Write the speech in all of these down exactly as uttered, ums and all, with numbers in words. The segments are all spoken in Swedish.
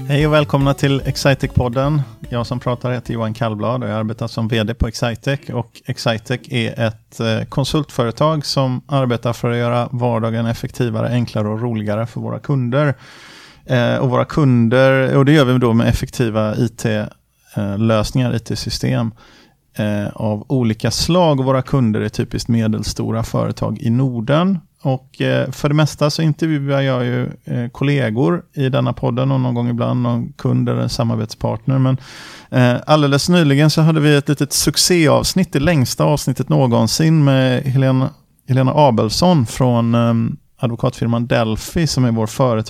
Hej och välkomna till Excitec-podden. Jag som pratar heter Johan Kallblad och jag arbetar som vd på Excitec. Och Excitec är ett konsultföretag som arbetar för att göra vardagen effektivare, enklare och roligare för våra kunder. Och våra kunder, och det gör vi då med effektiva I T-lösningar, I T-system av olika slag. Och våra kunder är typiskt medelstora företag i Norden. Och eh, för det mesta så intervjuar jag ju eh, kollegor i denna podden och någon gång ibland någon kund eller samarbetspartner. Men eh, alldeles nyligen så hade vi ett litet succéavsnitt, det längsta avsnittet någonsin med Helena, Helena Abelsson från eh, advokatfirman Delphi som är vår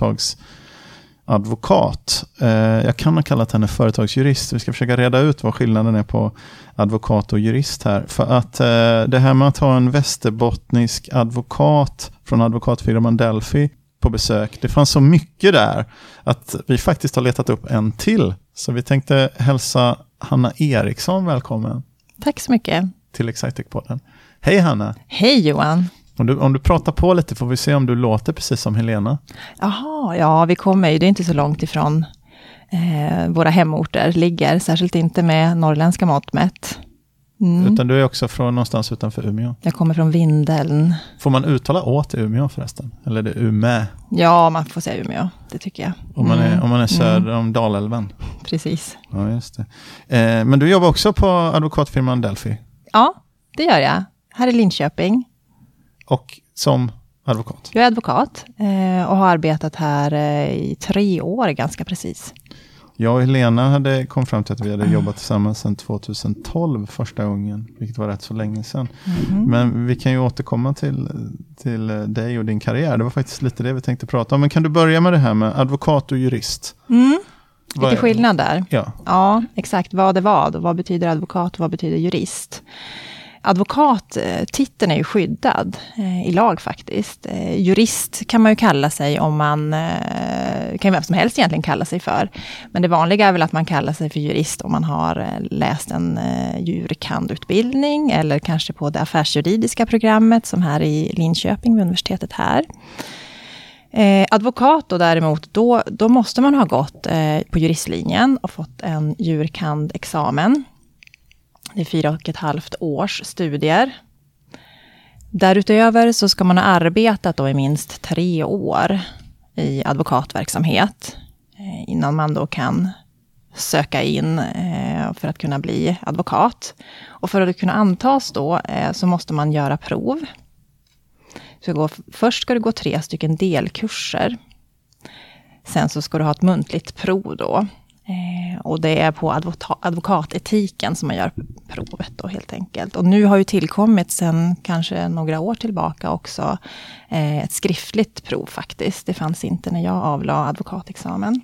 företagsadvokat. Eh, jag kan ha kallat henne företagsjurist. Vi ska försöka reda ut vad skillnaden är på advokat och jurist här. För att eh, det här med att ha en västerbottnisk advokat från advokatfirman Delphi på besök, det fanns så mycket där att vi faktiskt har letat upp en till. Så vi tänkte hälsa Hanna Eriksson välkommen. Tack så mycket. Till Excitec-podden. Hej Hanna. Hej Johan. Om du, om du pratar på lite får vi se om du låter precis som Helena. Jaha, ja vi kommer ju, det är inte så långt ifrån eh, våra hemorter ligger, särskilt inte med norrländska mått mätt. Mm. Utan du är också från någonstans utanför Umeå. Jag kommer från Vindeln. Får man uttala åt Umeå förresten? Eller är det Umeå? Ja, man får säga Umeå, det tycker jag. Om man är, mm. om man är söder mm. om Dalälven. Precis. Ja, just det. Eh, men du jobbar också på advokatfirman Delphi? Ja, det gör jag. Här i Linköping. Och som advokat? Jag är advokat eh, och har arbetat här eh, i tre år ganska precis. Jag och Helena hade kom fram till att vi hade jobbat tillsammans sedan tjugohundratolv första gången, vilket var rätt så länge sedan. Mm-hmm. Men vi kan ju återkomma till, till dig och din karriär. Det var faktiskt lite det vi tänkte prata om. Men kan du börja med det här med advokat och jurist? Mm. Lite skillnad där. Ja. ja, exakt. Vad är vad? Vad betyder advokat och vad betyder jurist? Advokattiteln är ju skyddad eh, i lag faktiskt. Eh, jurist kan man ju kalla sig om man, eh, kan ju vem som helst egentligen kalla sig för. Men det vanliga är väl att man kallar sig för jurist om man har eh, läst en eh, jurkandutbildning eller kanske på det affärsjuridiska programmet som här i Linköping vid universitetet här. Eh, advokat då däremot, då, då måste man ha gått eh, på juristlinjen och fått en jurkandexamen. Det är fyra och ett halvt års studier. Därutöver så ska man ha arbetat då i minst tre år i advokatverksamhet eh, innan man då kan söka in eh, för att kunna bli advokat. Och för att kunna antas då eh, så måste man göra prov. Så gå, först ska du gå tre stycken delkurser. Sen så ska du ha ett muntligt prov då. Eh, och det är på advota- advokatetiken som man gör provet då helt enkelt. Och nu har ju tillkommit sedan kanske några år tillbaka också eh, ett skriftligt prov faktiskt. Det fanns inte när jag avlade advokatexamen.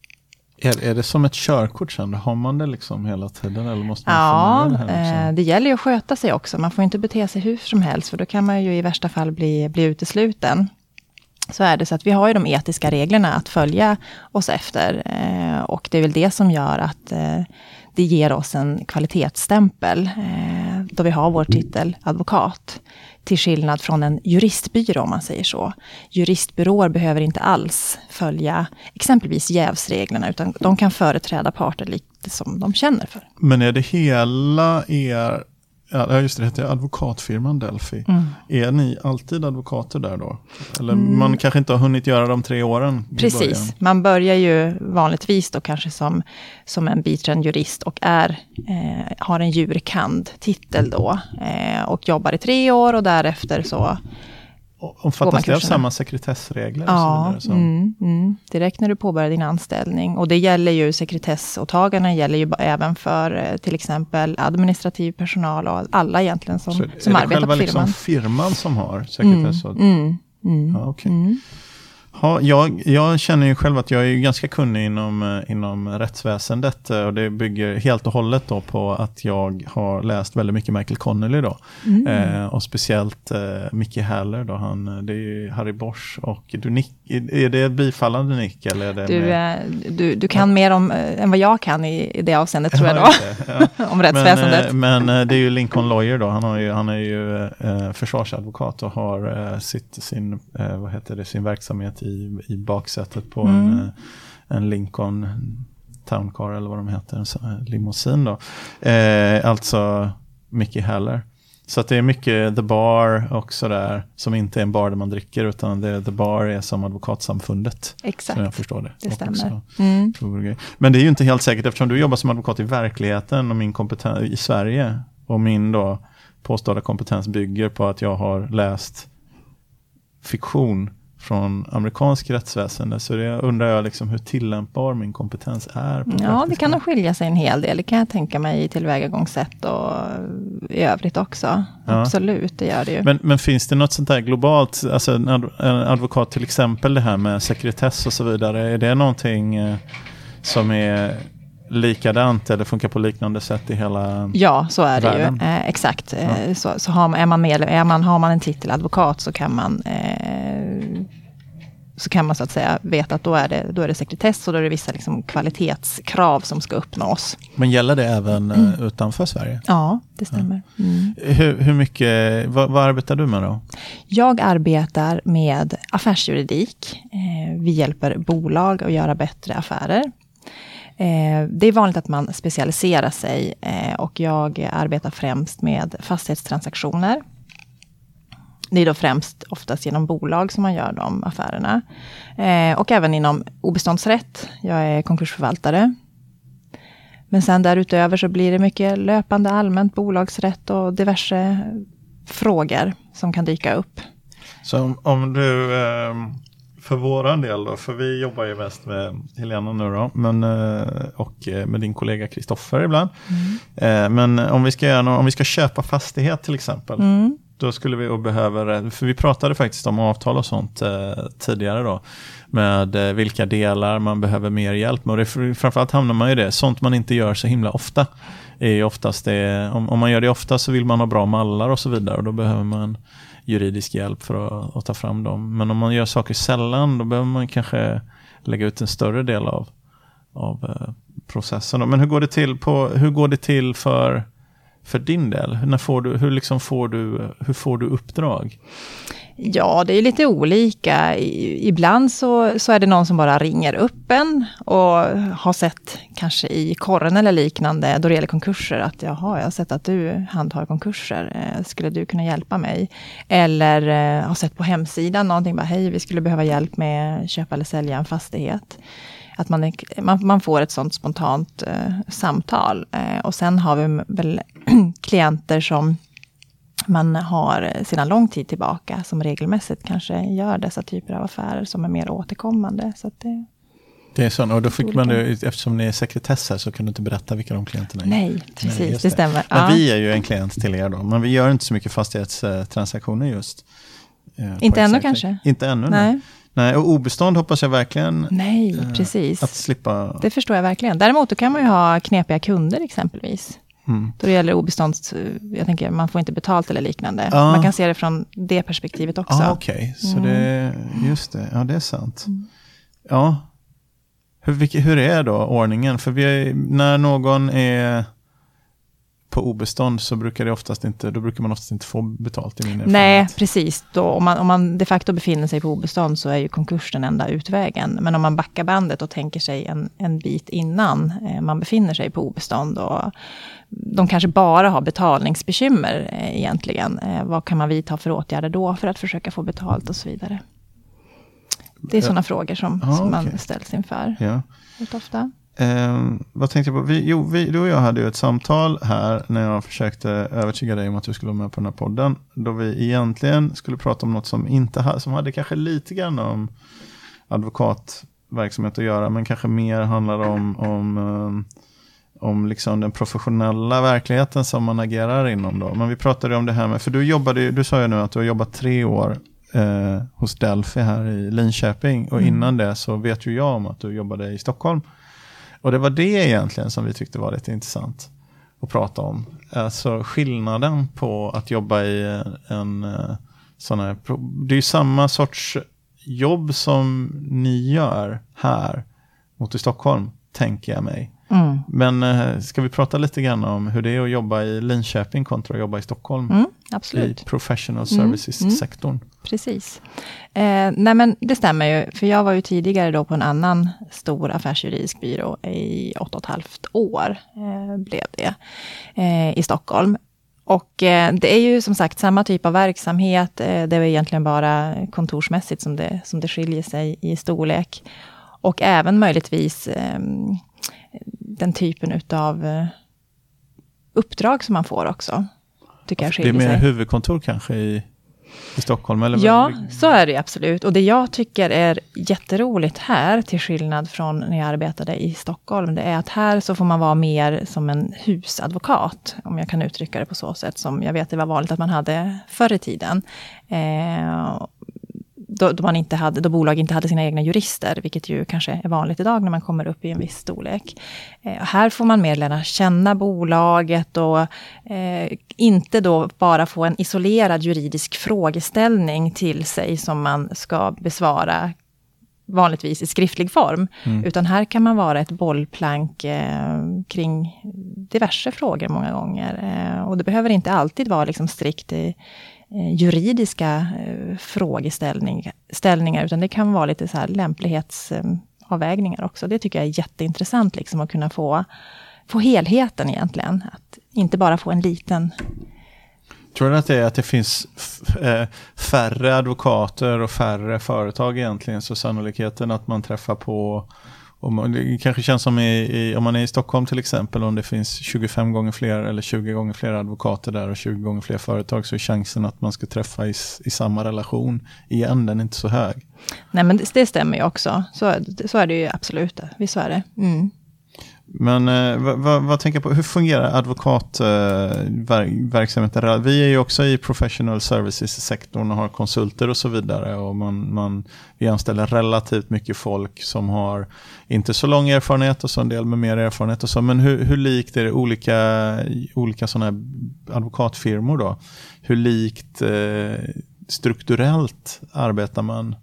Är, är det som ett körkort sen? Har man det liksom hela tiden eller måste man ja, det här eh, det gäller ju att sköta sig också. Man får inte bete sig hur som helst för då kan man ju i värsta fall bli, bli utesluten. Så är det så att vi har ju de etiska reglerna att följa oss efter eh, och det är väl det som gör att eh, det ger oss en kvalitetsstämpel eh, då vi har vår titel advokat. Till skillnad från en juristbyrå om man säger så. Juristbyråer behöver inte alls följa exempelvis jävsreglerna utan de kan företräda parter lite som de känner för. Men är det hela er... Ja, just det, det heter advokatfirman Delphi. Mm. Är ni alltid advokater där då? Eller mm. man kanske inte har hunnit göra de tre åren? Precis, man börjar ju vanligtvis då kanske som, som en biträdande jurist och är, eh, har en jurkand-titel då. Eh, och jobbar i tre år och därefter så... Omfattas det av samma sekretessregler? Ja, och så vidare, mm, mm. direkt när du påbörjar din anställning. Och det gäller ju sekretessåtagarna, gäller ju även för till exempel administrativ personal och alla egentligen som, som arbetar på firman. Är det själva liksom firman som har sekretess? Mm, mm, mm, ja, okay. mm. Ja, jag, jag känner ju själv att jag är ganska kunnig inom, inom rättsväsendet och det bygger helt och hållet då på att jag har läst väldigt mycket Michael Connelly då. Mm. Eh, och speciellt eh, Mickey Haller då, han, det är ju Harry Bosch och du nick, är det ett bifallande nick? Eller är det du, med... du, du kan ja. mer om än vad jag kan i, i det avseendet tror jag då. Ja. om rättsväsendet. Men, men det är ju Lincoln Lawyer då, han, har ju, han är ju eh, försvarsadvokat och har eh, sitt, sin, eh, vad heter det, sin verksamhet i, i baksätet på mm. en en Lincoln Town Car eller vad de heter, en limousin då. Eh, alltså Mickey Haller. Så att det är mycket The Bar och sådär, som inte är en bar där man dricker, utan det är The Bar är som advokatsamfundet. Exakt. Som jag förstår det. Det stämmer. Mm. Men det är ju inte helt säkert, eftersom du jobbar som advokat i verkligheten och min kompetens i Sverige, och min då påstådda kompetens bygger på att jag har läst fiktion från amerikansk rättsväsende, så det undrar jag liksom hur tillämpbar min kompetens är. På ja, det kan nog skilja sig en hel del. Det kan jag tänka mig i tillvägagångssätt och i övrigt också. Ja. Absolut, det gör det ju. Men, men finns det något sånt där globalt, alltså en, adv- en advokat till exempel, det här med sekretess och så vidare, är det någonting eh, som är likadant eller funkar på liknande sätt i hela Ja, så är världen? det ju. Eh, exakt. Ja. Så, så har man, är man med, är man, har man en titel advokat så kan man eh, så kan man så att säga veta att då är det, då är det sekretess och då är det vissa liksom kvalitetskrav som ska uppnås. Men gäller det även mm. utanför Sverige? Ja, det stämmer. Ja. Mm. Hur, hur mycket, vad, vad arbetar du med då? Jag arbetar med affärsjuridik. Eh, vi hjälper bolag att göra bättre affärer. Eh, det är vanligt att man specialiserar sig eh, och jag arbetar främst med fastighetstransaktioner. Det är då främst oftast genom bolag som man gör de affärerna. Eh, och även inom obeståndsrätt. Jag är konkursförvaltare. Men sen därutöver så blir det mycket löpande allmänt bolagsrätt och diverse frågor som kan dyka upp. Så om, om du, eh, för våran del då, för vi jobbar ju mest med Helena nu då, men, eh, och med din kollega Kristoffer ibland. Mm. Eh, men om vi ska göra någon, om vi ska köpa fastighet till exempel. Mm. Då skulle vi och behöver, för vi pratade faktiskt om avtal och sånt eh, tidigare då, med eh, vilka delar man behöver mer hjälp med. Och det, framförallt hamnar man ju det, sånt man inte gör så himla ofta. Är ju oftast det, om, om man gör det ofta så vill man ha bra mallar och så vidare, och då behöver man juridisk hjälp för att, att ta fram dem. Men om man gör saker sällan, då behöver man kanske lägga ut en större del av, av eh, processen då. Men hur går det till, på, hur går det till för... För din del, när får du, hur, liksom får du, hur får du uppdrag? Ja, det är lite olika. I, ibland så, så är det någon som bara ringer upp en och har sett kanske i korren eller liknande då det gäller konkurser att jaha, jag har sett att du handhar konkurser. Eh, skulle du kunna hjälpa mig? Eller eh, har sett på hemsidan någonting bara hej, vi skulle behöva hjälp med köpa eller sälja en fastighet. Att man, man, man får ett sånt spontant eh, samtal. Eh, och sen har vi väl klienter som man har sedan lång tid tillbaka som regelmässigt kanske gör dessa typer av affärer som är mer återkommande. Så att det, det är så, och då fick man det, eftersom ni är sekretesser så kan du inte berätta vilka de klienterna är. Nej, precis, Nej, det. det stämmer. Men ja. vi är ju en klient till er då, men vi gör inte så mycket fastighetstransaktioner just. Eh, inte ännu kanske? Inte ännu, nej. nej. Nej, och obestånd hoppas jag verkligen Nej, eh, precis. att slippa. Det förstår jag verkligen. Däremot då kan man ju ha knepiga kunder exempelvis. Mm. Då det gäller obestånds, jag tänker man får inte betalt eller liknande. Ah. Man kan se det från det perspektivet också. Ah, okej, okay. Så mm. det, just det, ja det är sant. Mm. Ja, hur, hur är då ordningen? För vi är, när någon är på obestånd så brukar det oftast inte, då brukar man oftast inte få betalt i min erfarenhet. Nej, precis. Då, om, man, om man de facto befinner sig på obestånd så är ju konkurs den enda utvägen. Men om man backar bandet och tänker sig en, en bit innan eh, man befinner sig på obestånd och de kanske bara har betalningsbekymmer eh, egentligen. Eh, vad kan man vidta för åtgärder då för att försöka få betalt och så vidare? Det är sådana ja. frågor som, ah, som man okay. ställs inför. Ja. Rätt ofta. Eh, vad tänkte jag på? Vi, jo, vi, du och jag hade ju ett samtal här när jag försökte övertyga dig om att du skulle vara med på den här podden. Då vi egentligen skulle prata om något som inte ha, som hade kanske lite grann om advokatverksamhet att göra, men kanske mer handlar om, om, um, om liksom den professionella verkligheten som man agerar inom då. Men vi pratade om det här med, för du jobbade, du sa ju nu att du har jobbat tre år eh, hos Delphi här i Linköping, och mm. innan det så vet ju jag om att du jobbade i Stockholm. Och det var det egentligen som vi tyckte var lite intressant att prata om. Alltså skillnaden på att jobba i en sån här... Det är ju samma sorts jobb som ni gör här mot i Stockholm, tänker jag mig. Mm. Men eh, ska vi prata lite grann om hur det är att jobba i Linköping kontra att jobba i Stockholm? Mm, absolut. I professional services-sektorn. Mm, mm. Precis. Eh, nej men det stämmer ju, för jag var ju tidigare då på en annan stor affärsjuridisk byrå i åtta och ett halvt år eh, blev det eh, i Stockholm. Och eh, det är ju som sagt samma typ av verksamhet, eh, det är egentligen bara kontorsmässigt som det, som det skiljer sig i storlek. Och även möjligtvis eh, den typen utav eh, uppdrag som man får också. Tycker jag skiljer sig. Det är mer huvudkontor kanske i, i Stockholm? Eller ja, vad? Så är det absolut. Och det jag tycker är jätteroligt här, till skillnad från när jag arbetade i Stockholm, det är att här så får man vara mer som en husadvokat, om jag kan uttrycka det på så sätt, som jag vet det var vanligt att man hade förr i tiden. Eh, Då, då, man inte hade, då bolag inte hade sina egna jurister, vilket ju kanske är vanligt idag när man kommer upp i en viss storlek. Eh, här får man mer lära känna bolaget och eh, inte då bara få en isolerad juridisk frågeställning till sig som man ska besvara vanligtvis i skriftlig form. Mm. Utan här kan man vara ett bollplank eh, kring diverse frågor många gånger. Eh, och det behöver inte alltid vara liksom strikt i juridiska eh, frågeställningar, utan det kan vara lite så här lämplighetsavvägningar eh, också. Det tycker jag är jätteintressant liksom, att kunna få, få helheten egentligen. Att inte bara få en liten... Tror du att det är att det finns f- äh, färre advokater och färre företag egentligen, så sannolikheten att man träffar på... Om man, det kanske känns som i, i, om man är i Stockholm till exempel, om det finns tjugofem gånger fler eller tjugo gånger fler advokater där och tjugo gånger fler företag, så är chansen att man ska träffa i, i samma relation igen, den är inte så hög. Nej, men det, det stämmer ju också. Så, så är det ju absolut. Visst är det. Mm. Men eh, vad, vad, vad tänker jag på, hur fungerar advokatverksamheten? Eh, vi är ju också i professional services-sektorn och har konsulter och så vidare, och man, man, vi anställer relativt mycket folk som har inte så lång erfarenhet och så en del med mer erfarenhet och så, men hur, hur likt är det olika, olika sådana här advokatfirmor då? Hur likt eh, strukturellt arbetar man?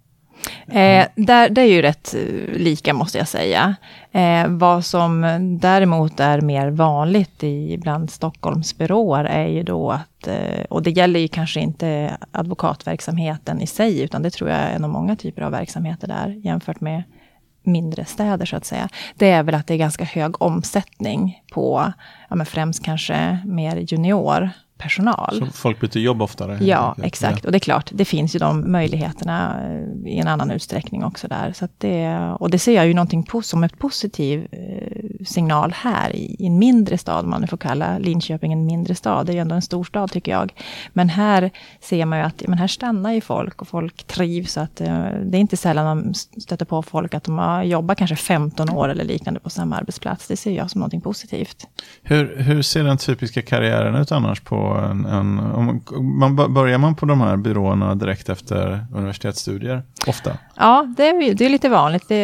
Eh, där, det är ju rätt eh, lika måste jag säga. Eh, vad som däremot är mer vanligt i bland Stockholmsbyråer är ju då att, eh, och det gäller ju kanske inte advokatverksamheten i sig, utan det tror jag är nog många typer av verksamheter där jämfört med mindre städer så att säga. Det är väl att det är ganska hög omsättning på, ja, men främst kanske mer junior personal. Så folk byter jobb oftare? Ja, exakt. Ja. Och det är klart, det finns ju de möjligheterna i en annan utsträckning också där. Så att det, och det ser jag ju någonting på, som ett positiv eh, signal här i, i en mindre stad. Man får kalla Linköping en mindre stad. Det är ju ändå en stor stad tycker jag. Men här ser man ju att men här stannar ju folk och folk trivs. Så att, eh, det är inte sällan man stöter på folk att de har jobbat kanske femton år eller liknande på samma arbetsplats. Det ser jag som någonting positivt. Hur, hur ser den typiska karriären ut annars på En, en, om man, börjar man på de här byråerna direkt efter universitetsstudier? Ofta? Ja, det är, det är lite vanligt. Det,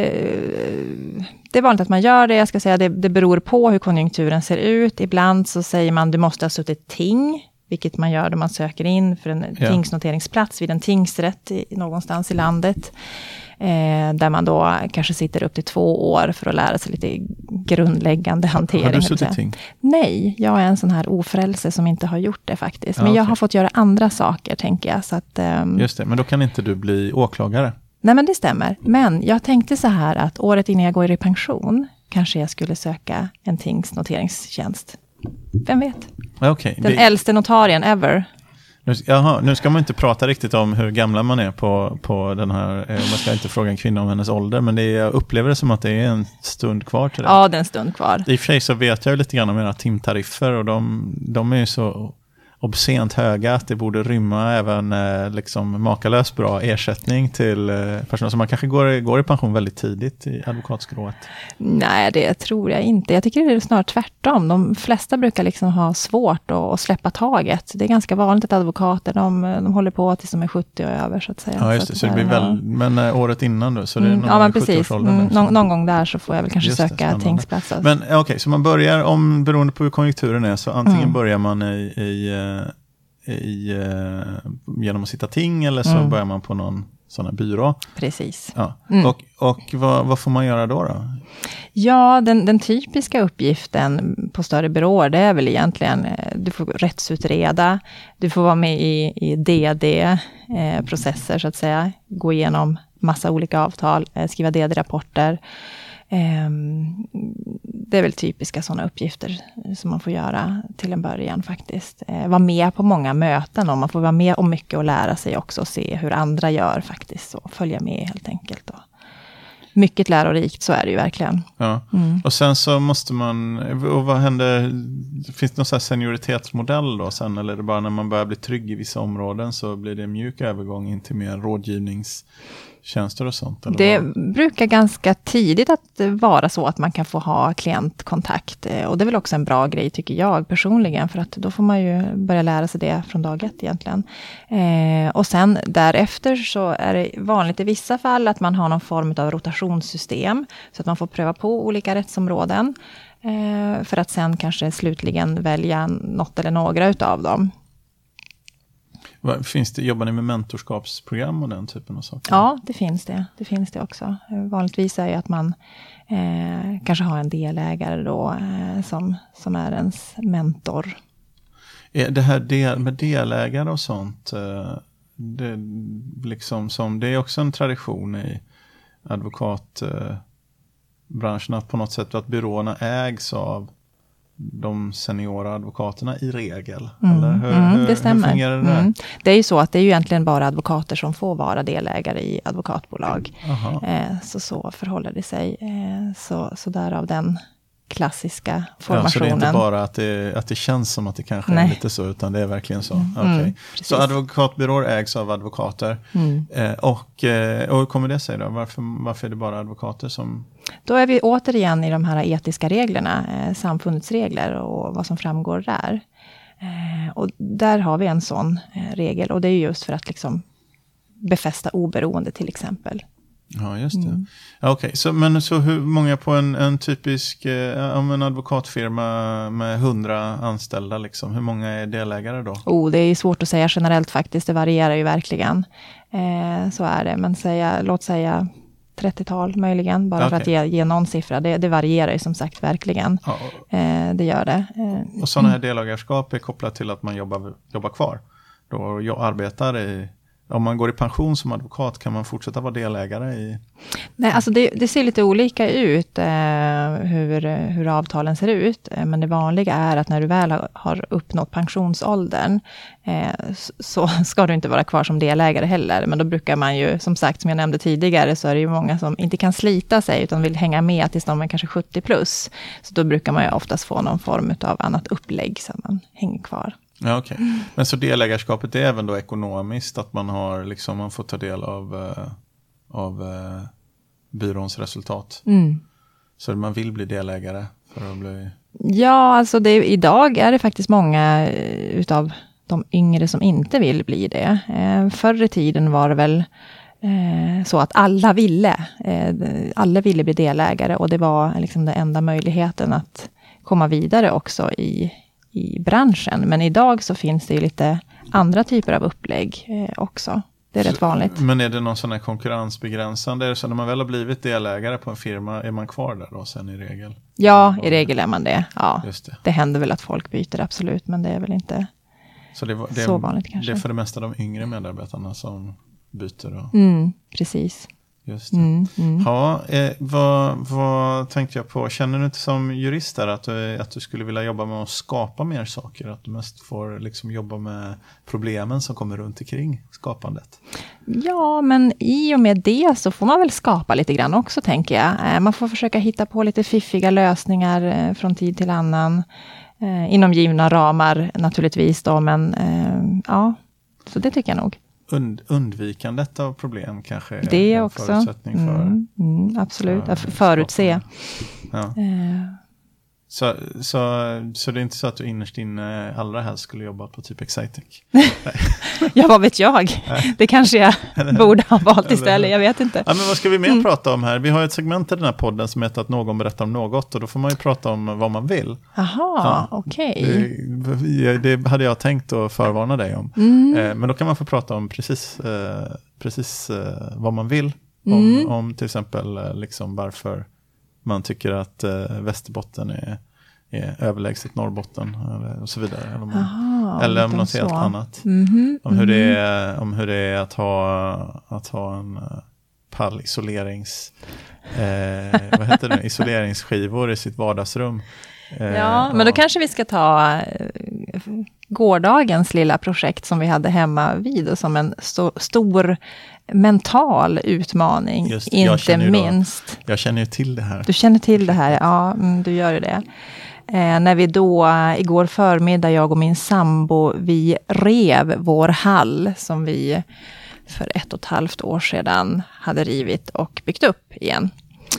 det är vanligt att man gör det. Jag ska säga det, det beror på hur konjunkturen ser ut. Ibland så säger man du måste ha suttit ting, vilket man gör då man söker in för en ja. tingsnoteringsplats vid en tingsrätt i, någonstans i landet. Eh, där man då kanske sitter upp till två år för att lära sig lite grundläggande hantering. Har du suttit ting? Nej, jag är en sån här ofrälse som inte har gjort det faktiskt. Ja, men jag okay. har fått göra andra saker, tänker jag. Så att, um... Just det, men då kan inte du bli åklagare? Nej, men det stämmer. Men jag tänkte så här att året innan jag går i pension kanske jag skulle söka en tingsnoteringstjänst. Vem vet? Okay, Den det... äldste notarien ever. Nu, jaha, nu ska man inte prata riktigt om hur gamla man är på, på den här, man ska inte fråga en kvinna om hennes ålder, men det är, jag upplever det som att det är en stund kvar till det. Ja, det är en stund kvar. I och för sig så vet jag ju lite grann om era timtariffer, och de, de är ju så obscent höga att det borde rymma även eh, liksom makalös bra ersättning till eh, personer som man kanske går, går i pension väldigt tidigt i advokatskrået. Nej, det tror jag inte. Jag tycker det är snarare tvärtom. De flesta brukar liksom ha svårt att, att släppa taget. Det är ganska vanligt att advokater, de, de håller på tills de är sjuttio och över så att säga. Ja, just det. Så, så det blir väl, men äh, året innan då? Så det är mm, någon ja, men precis. Mm, någon, så. någon gång där så får jag väl kanske just söka det, tingsplats. Men okej, okay, så man börjar, om beroende på hur konjunkturen är, så antingen mm. börjar man i, i I, uh, genom att sitta ting, eller så mm. börjar man på någon sån här byrå. Precis. Ja. Mm. Och, och vad, vad får man göra då då? Ja, den, den typiska uppgiften på större byråer, det är väl egentligen, du får rättsutreda, du får vara med i, i D D-processer eh, så att säga, gå igenom massa olika avtal, eh, skriva D D-rapporter. Eh, det är väl typiska sådana uppgifter som man får göra till en början faktiskt. Eh, vara med på många möten och man får vara med om mycket och lära sig också och se hur andra gör faktiskt och följa med helt enkelt då. Mycket lärorikt, så är det ju verkligen. Ja. Mm. Och sen så måste man, och vad händer, finns det någon sån här senioritetsmodell då sen, eller är det bara när man börjar bli trygg i vissa områden så blir det en mjuk övergång in till mer rådgivningstjänster och sånt? Eller det vad? Brukar ganska tidigt att vara så att man kan få ha klientkontakt, och det är väl också en bra grej tycker jag personligen, för att då får man ju börja lära sig det från dag ett egentligen. Eh, och sen därefter så är det vanligt i vissa fall att man har någon form av rotationssystem så att man får pröva på olika rättsområden eh, för att sen kanske slutligen välja något eller några utav dem. Finns det, jobbar ni med mentorskapsprogram och den typen av saker? Ja, det finns det. Det finns det också. Vanligtvis är det att man eh, kanske har en delägare då eh, som, som är ens mentor. Är det här del, med delägare och sånt, eh, det, liksom som, det är också en tradition i advokatbranschen eh, att på något sätt att byråerna ägs av de seniora advokaterna i regel. Mm, eller hur, mm, hur, det stämmer. hur fungerar det där? Mm. Det är ju så att det är ju egentligen bara advokater som får vara delägare i advokatbolag. Eh, så så förhåller det sig. Eh, så, så därav den klassiska formationen. Ja, så det är inte bara att det, att det känns som att det kanske Nej. är lite så, utan det är verkligen så. Mm, okay. mm, så advokatbyråer ägs av advokater. Mm. Eh, och, eh, och hur kommer det sig då? Varför, varför är det bara advokater som... Då är vi återigen i de här etiska reglerna, eh, samfundets regler och vad som framgår där. Eh, och där har vi en sån eh, regel, och det är just för att liksom befästa oberoende till exempel. Ja, just det. Mm. Ja, okej. Så, men så hur många på en, en typisk eh, om en advokatfirma med hundra anställda, liksom, hur många är delägare då? Oh, det är svårt att säga generellt faktiskt, det varierar ju verkligen. Eh, så är det, men säga, låt säga trettiotal möjligen, bara okay. för att ge, ge någon siffra. Det, det varierar ju som sagt verkligen. Ja. Eh, det gör det. Eh, och sådana här delägarskap är kopplat till att man jobbar, jobbar kvar. Då jag arbetar i... Om man går i pension som advokat, kan man fortsätta vara delägare i... Nej, alltså det, det ser lite olika ut eh, hur, hur avtalen ser ut. Eh, men det vanliga är att när du väl har, har uppnått pensionsåldern eh, så ska du inte vara kvar som delägare heller. Men då brukar man ju, som sagt, som jag nämnde tidigare, så är det ju många som inte kan slita sig utan vill hänga med tills de är kanske sjuttio plus. Så då brukar man ju oftast få någon form av annat upplägg så man hänger kvar. Ja, okej. Okay. Men så delägarskapet är även då ekonomiskt, att man har liksom, man får ta del av, uh, av uh, byråns resultat. Mm. Så man vill bli delägare för att bli... Ja, alltså det, idag är det faktiskt många utav de yngre som inte vill bli det. Eh, förr i tiden var det väl eh, så att alla ville. Eh, alla ville bli delägare, och det var liksom den enda möjligheten att komma vidare också i i branschen. Men idag så finns det ju lite andra typer av upplägg eh, också. Det är rätt vanligt. Men är det någon sån här konkurrensbegränsande? Är det så när man väl har blivit delägare på en firma, är man kvar där då sen i regel? Ja, i regel är man det. Ja, Just det. Det händer väl att folk byter, absolut. Men det är väl inte så, det, det, så vanligt kanske. Det är för det mesta de yngre medarbetarna som byter då? Mm, precis. Just det. Mm, mm. Ja, eh, vad, vad tänkte jag på? Känner du inte som jurist där att du, att du skulle vilja jobba med att skapa mer saker? Att du mest får liksom jobba med problemen som kommer runt omkring skapandet? Ja, men i och med det så får man väl skapa lite grann också, tänker jag. Eh, man får försöka hitta på lite fiffiga lösningar eh, från tid till annan. Eh, inom givna ramar naturligtvis då, men eh, ja, så det tycker jag nog. Und, undvikandet av problem kanske är det en också. förutsättning för... Mm, mm, absolut, för, förutse. Ja. Eh, Så, så, så det är inte så att du innerst inne allra helst skulle jobba på typ Excitec? Ja, vad vet jag? Det kanske jag borde ha valt istället, jag vet inte. Ja, men vad ska vi mer mm. prata om här? Vi har ett segment i den här podden som heter att någon berättar om något, och då får man ju prata om vad man vill. Jaha, ja, okej. Okay. Det, det hade jag tänkt att förvarna dig om. Mm. Eh, men då kan man få prata om precis, eh, precis eh, vad man vill. Om, mm. om till exempel eh, liksom varför man tycker att eh, Västerbotten är, är överlägset Norrbotten eller, och så vidare. Eller om, Aha, eller om något så. helt annat. Mm-hmm, om, hur mm-hmm. det är, om hur det är att ha, att ha en uh, pall isolerings... Eh, vad heter det? Isoleringsskivor i sitt vardagsrum. Eh, ja, men då kanske vi ska ta eh, gårdagens lilla projekt som vi hade hemma vid och som en sto- stor mental utmaning, Just, inte minst. Då, jag känner ju till det här. Du känner till det här, ja, mm, du gör ju det. Eh, när vi då, igår förmiddag, jag och min sambo, vi rev vår hall som vi för ett och ett halvt år sedan hade rivit och byggt upp igen.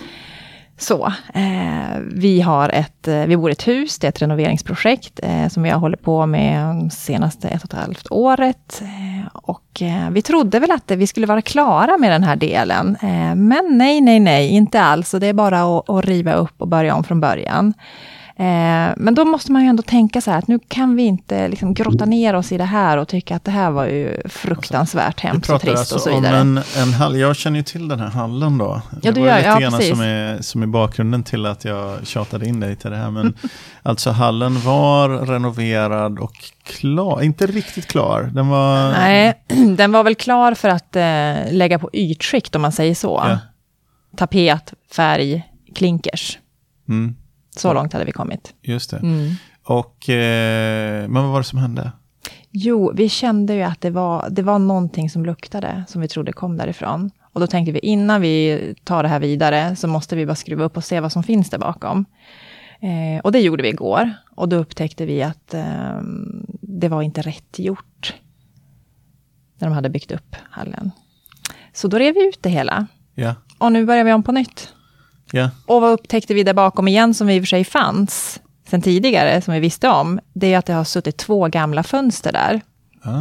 Så, eh, vi har ett, vi bor i ett hus, det är ett renoveringsprojekt eh, som jag håller på med senaste ett och ett halvt året. Eh, och eh, vi trodde väl att vi skulle vara klara med den här delen. Eh, men nej, nej, nej, inte alls. Och det är bara att, att riva upp och börja om från början. Eh, men då måste man ju ändå tänka så här att nu kan vi inte liksom grotta ner oss i det här och tycka att det här var ju fruktansvärt hemskt och trist alltså och så vidare. Om en, en hall, jag känner ju till den här hallen då. Ja, det du var gör, lite ja, grann precis. som är, som är bakgrunden till att jag tjatade in dig till det här. Men alltså hallen var renoverad och klar, inte riktigt klar. Den var... Nej, den var väl klar för att eh, lägga på ytskikt om man säger så. Ja. Tapet, färg, klinkers. Mm. Så långt hade vi kommit. Just det. Mm. Och, eh, men vad var det som hände? Jo, vi kände ju att det var, det var någonting som luktade som vi trodde kom därifrån. Och då tänkte vi innan vi tar det här vidare så måste vi bara skruva upp och se vad som finns där bakom. Eh, och det gjorde vi igår. Och då upptäckte vi att eh, det var inte rätt gjort när de hade byggt upp hallen. Så då rev vi ut det hela. Ja. Och nu börjar vi om på nytt. Yeah. Och vad upptäckte vi där bakom igen som i och för sig fanns sen tidigare, som vi visste om, det är att det har suttit två gamla fönster där. Ah.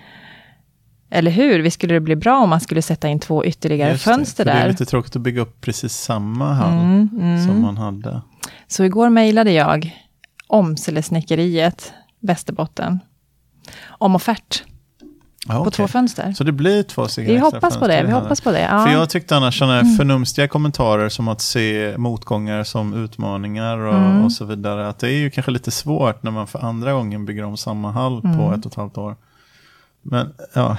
Eller hur? Vi skulle det bli bra om man skulle sätta in två ytterligare Just fönster det, där. Det är lite tråkigt att bygga upp precis samma hall mm, mm. som man hade. Så igår mejlade jag Omselesnickeriet Västerbotten om offert. Ah, på okay. två fönster. Så det blir två stycken vi extra hoppas på det, vi hoppas på det. Ja. För jag tyckte annars sådana mm. förnumstiga kommentarer som att se motgångar som utmaningar och, mm. och så vidare. Att det är ju kanske lite svårt när man för andra gången bygger om samma hall mm. på ett och ett halvt år. Men ja,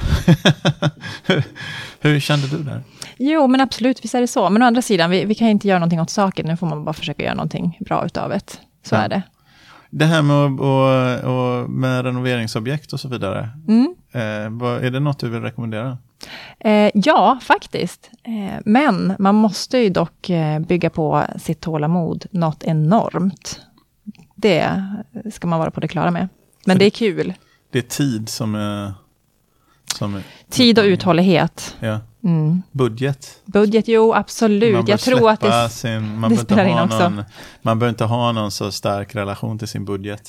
hur, hur kände du där? Jo, men absolut, visst är det så. Men å andra sidan, vi, vi kan inte göra någonting åt saken. Nu får man bara försöka göra någonting bra utav det. Så ja. är det. Det här med, och, och med renoveringsobjekt och så vidare. Mm. Eh, vad, är det något du vill rekommendera? Eh, ja, faktiskt. Eh, men man måste ju dock eh, bygga på sitt tålamod något enormt. Det ska man vara på det klara med. Men det, det är kul. Det är tid som är... Som är tid och uthållighet. Ja. Mm. Budget. Budget, jo, absolut. Jag tror att det, sin, man, det spelar in också. Någon, man behöver inte ha någon så stark relation till sin budget.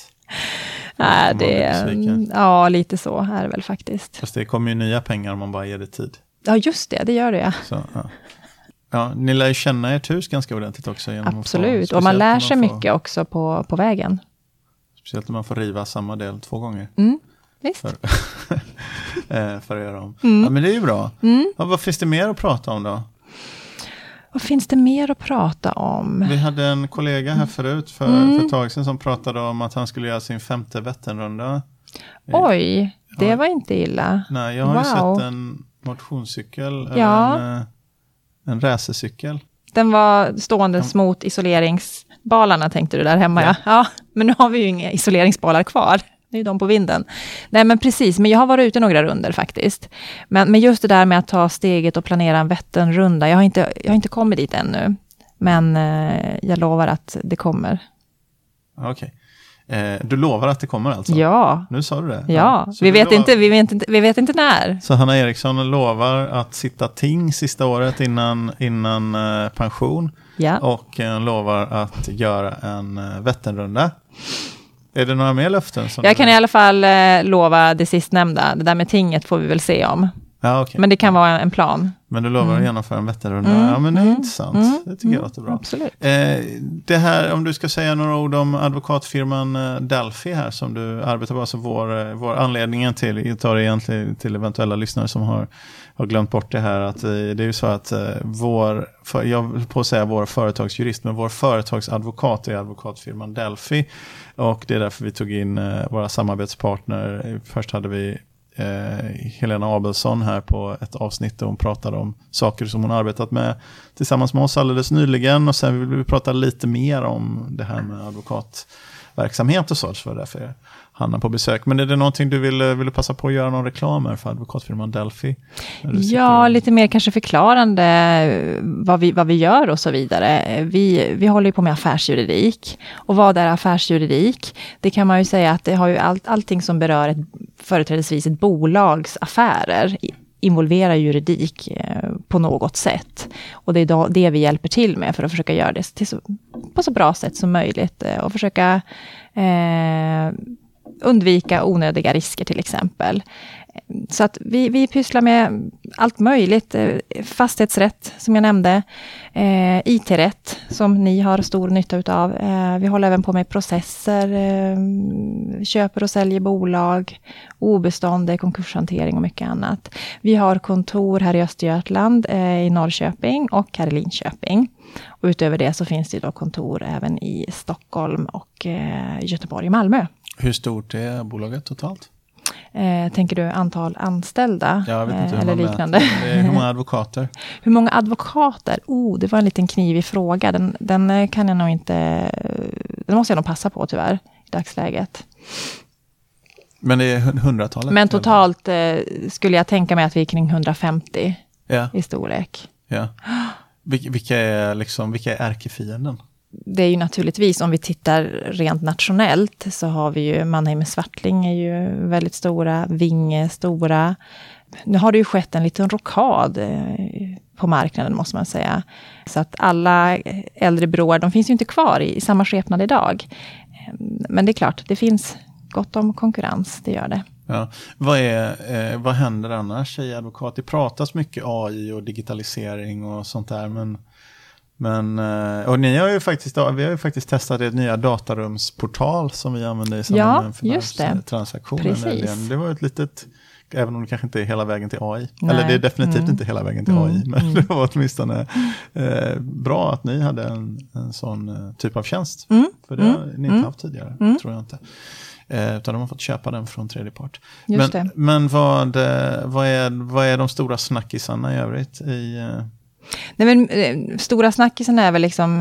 Nej, det ja, lite så är det väl faktiskt. Fast det kommer ju nya pengar om man bara ger det tid. Ja, just det, det gör det, ja. Så, ja. Ja, ni lär ju känna ert hus ganska ordentligt också. Genom absolut, att få, och man lär sig man får, mycket också på, på vägen. Speciellt när man får riva samma del två gånger. Mm, visst. För, för att göra om. Mm. Ja, men det är ju bra. Mm. Ja, vad finns det mer att prata om då? Vad finns det mer att prata om? Vi hade en kollega här förut för, mm. för ett tag sedan som pratade om att han skulle göra sin femte Vätternrunda. Oj, det ja. var inte illa. Nej, jag har wow. ju sett en motionscykel ja. eller en, en racercykel. Den var ståendes ja. mot isoleringsbalarna tänkte du där hemma. Ja. Ja. ja, men nu har vi ju inga isoleringsbalar kvar. Det är ju de på vinden. Nej, men precis. Men jag har varit ute några runder faktiskt. Men, men just det där med att ta steget och planera en Vätternrunda. Jag har inte, jag har inte kommit dit ännu. Men eh, jag lovar att det kommer. Okej. Okay. Eh, du lovar att det kommer alltså? Ja. Nu sa du det? Ja. ja. Vi, vet inte, vi, vet inte, vi vet inte när. Så Hanna Eriksson lovar att sitta ting sista året innan, innan eh, pension. Ja. Och eh, lovar att göra en eh, Vätternrunda. Är det några mer löften? Som Jag kan i alla fall eh, lova det sistnämnda. Det där med tinget får vi väl se om. Ja, okay. Men det kan vara en plan. Men du lovar mm. att genomföra en Vätternrunda. Mm. Ja, men det är mm. intressant. Mm. Det tycker mm. jag låter bra. Absolut. Eh, det här, om du ska säga några ord om advokatfirman eh, Delphi här som du arbetar på. Alltså vår, eh, vår anledningen till, jag tar det egentligen till eventuella lyssnare som har, har glömt bort det här. Att, eh, det är ju så att eh, vår, för, jag vill på att säga vår företagsjurist, men vår företagsadvokat är advokatfirman Delphi. Och det är därför vi tog in eh, våra samarbetspartner. Först hade vi Eh, Helena Abelsson här på ett avsnitt där hon pratade om saker som hon arbetat med tillsammans med oss alldeles nyligen, och sen vill vi prata lite mer om det här med advokatverksamhet och så, så var det därför jag Hanna på besök. Men är det någonting du vill, vill du passa på att göra någon reklam för advokatfirman Delphi? Ja, lite mer kanske förklarande vad vi, vad vi gör och så vidare. Vi, vi håller ju på med affärsjuridik. Och vad är affärsjuridik? Det kan man ju säga att det har ju allt, allting som berör ett, företrädesvis ett bolags affärer involverar juridik eh, på något sätt. Och det är då, det vi hjälper till med för att försöka göra det till så, på så bra sätt som möjligt. Eh, och försöka eh, undvika onödiga risker till exempel. Så att vi, vi pysslar med allt möjligt. Fastighetsrätt som jag nämnde. Eh, I T-rätt som ni har stor nytta utav. Eh, vi håller även på med processer. Eh, köper och säljer bolag. Obestånd, konkurshantering och mycket annat. Vi har kontor här i Östergötland, eh, i Norrköping och här i Linköping. Och utöver det så finns det då kontor även i Stockholm och eh, Göteborg och Malmö. Hur stort är bolaget totalt? Eh, tänker du antal anställda? Jag vet inte eh, hur eller liknande? Det är hur många advokater? Hur många advokater? Oh, det var en liten knivig fråga. Den, den kan jag nog inte... Den måste jag nog passa på tyvärr i dagsläget. Men det är hundratalet? Men totalt eh, skulle jag tänka mig att vi är kring hundrafemtio ja. i storlek. Ja. Vil- vilka är liksom, vilka är ärkefienden? Det är ju naturligtvis, om vi tittar rent nationellt så har vi ju Mannheim med Swartling är ju väldigt stora, Vinge stora. Nu har det ju skett en liten rockad på marknaden måste man säga. Så att alla äldre broar, de finns ju inte kvar i, i samma skepnad idag. Men det är klart, det finns gott om konkurrens, det gör det. Ja. Vad, är, eh, vad händer annars i advokat? Det pratas mycket A I och digitalisering och sånt där, men Men, och ni har ju faktiskt, vi har ju faktiskt testat ett nya datarumsportal som vi använder i samband med en förvärvstransaktion. Det var ett litet, även om det kanske inte är hela vägen till A I. Nej. Eller det är definitivt mm. inte hela vägen till mm. A I. Men mm. det var åtminstone eh, bra att ni hade en, en sån eh, typ av tjänst. Mm. För det har mm. ni inte mm. haft tidigare, mm. tror jag inte. Eh, utan de har fått köpa den från tredje part. Just men det. men vad, vad, är, vad är de stora snackisarna i övrigt i... Eh, Nej, men, eh, stora snackisen är väl liksom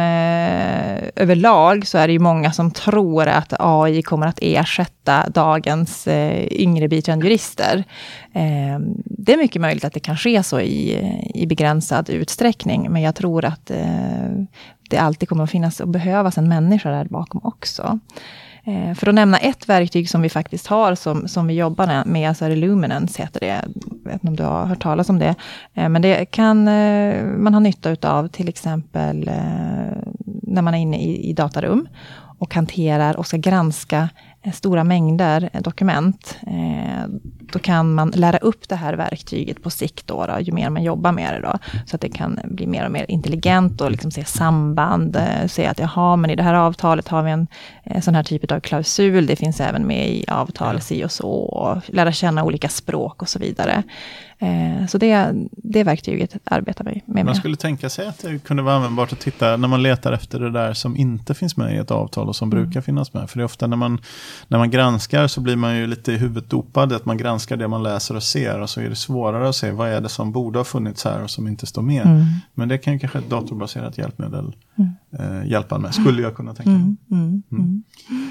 eh, överlag så är det ju många som tror att A I kommer att ersätta dagens eh, yngre biträdande jurister. Eh, det är mycket möjligt att det kan ske så i, i begränsad utsträckning, men jag tror att eh, det alltid kommer att finnas och behövas en människa där bakom också. Eh, för att nämna ett verktyg som vi faktiskt har som, som vi jobbar med, så är det Luminance heter det. Jag vet inte om du har hört talas om det. Eh, men det kan eh, man ha nytta utav till exempel eh, när man är inne i, i datarum och hanterar och ska granska eh, stora mängder eh, dokument. Eh, då kan man lära upp det här verktyget på sikt då, då, ju mer man jobbar med det då. Så att det kan bli mer och mer intelligent och liksom se samband. Eh, se att jaha, men i det här avtalet har vi en eh, sån här typ av klausul. Det finns även med i avtalet si och så. Och lära känna olika språk och så vidare. Eh, så det, det verktyget arbetar vi med. Man skulle tänka sig att det kunde vara användbart att titta när man letar efter det där som inte finns med i ett avtal och som mm. brukar finnas med. För det är ofta när man, när man granskar så blir man ju lite i huvudet dopad att man granskar det man läser och ser, och så är det svårare att se vad är det som borde ha funnits här och som inte står med. Mm. Men det kan ju kanske ett datorbaserat hjälpmedel mm. eh, hjälpa med, skulle jag kunna tänka mig. Mm. Mm. Mm.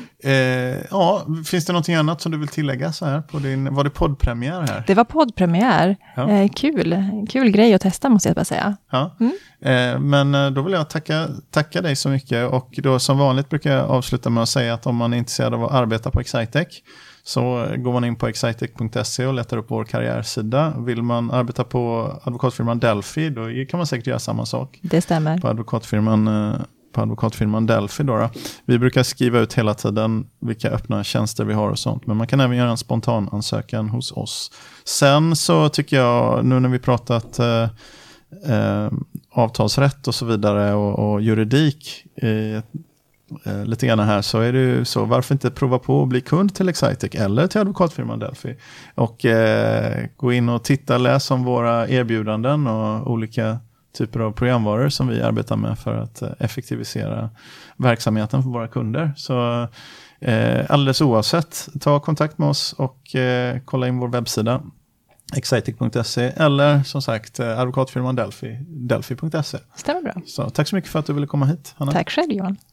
Eh, ja, finns det någonting annat som du vill tillägga så här på din, var det poddpremiär här? Det var poddpremiär. Ja. Eh, kul. Kul grej att testa måste jag bara säga. Ja. Mm. Eh, men då vill jag tacka, tacka dig så mycket, och då som vanligt brukar jag avsluta med att säga att om man är intresserad av att arbeta på Excitech så går man in på excitech punkt se och letar upp vår karriärsida. Vill man arbeta på advokatfirman Delphi, då kan man säkert göra samma sak. Det stämmer. På advokatfirman eh, på advokatfirman Delphi då, då. Vi brukar skriva ut hela tiden vilka öppna tjänster vi har och sånt. Men man kan även göra en spontan ansökan hos oss. Sen så tycker jag, nu när vi pratat eh, eh, avtalsrätt och så vidare och, och juridik eh, eh, lite grann här, så är det ju så, varför inte prova på att bli kund till Excitec eller till advokatfirman Delphi och eh, gå in och titta, läsa om våra erbjudanden och olika typer av programvaror som vi arbetar med för att effektivisera verksamheten för våra kunder. Så eh, alldeles oavsett, ta kontakt med oss och eh, kolla in vår webbsida excitec punkt se eller som sagt advokatfirman Delphi, delphi punkt se. Stämmer bra. Så tack så mycket för att du ville komma hit, Hanna. Tack själv, Johan.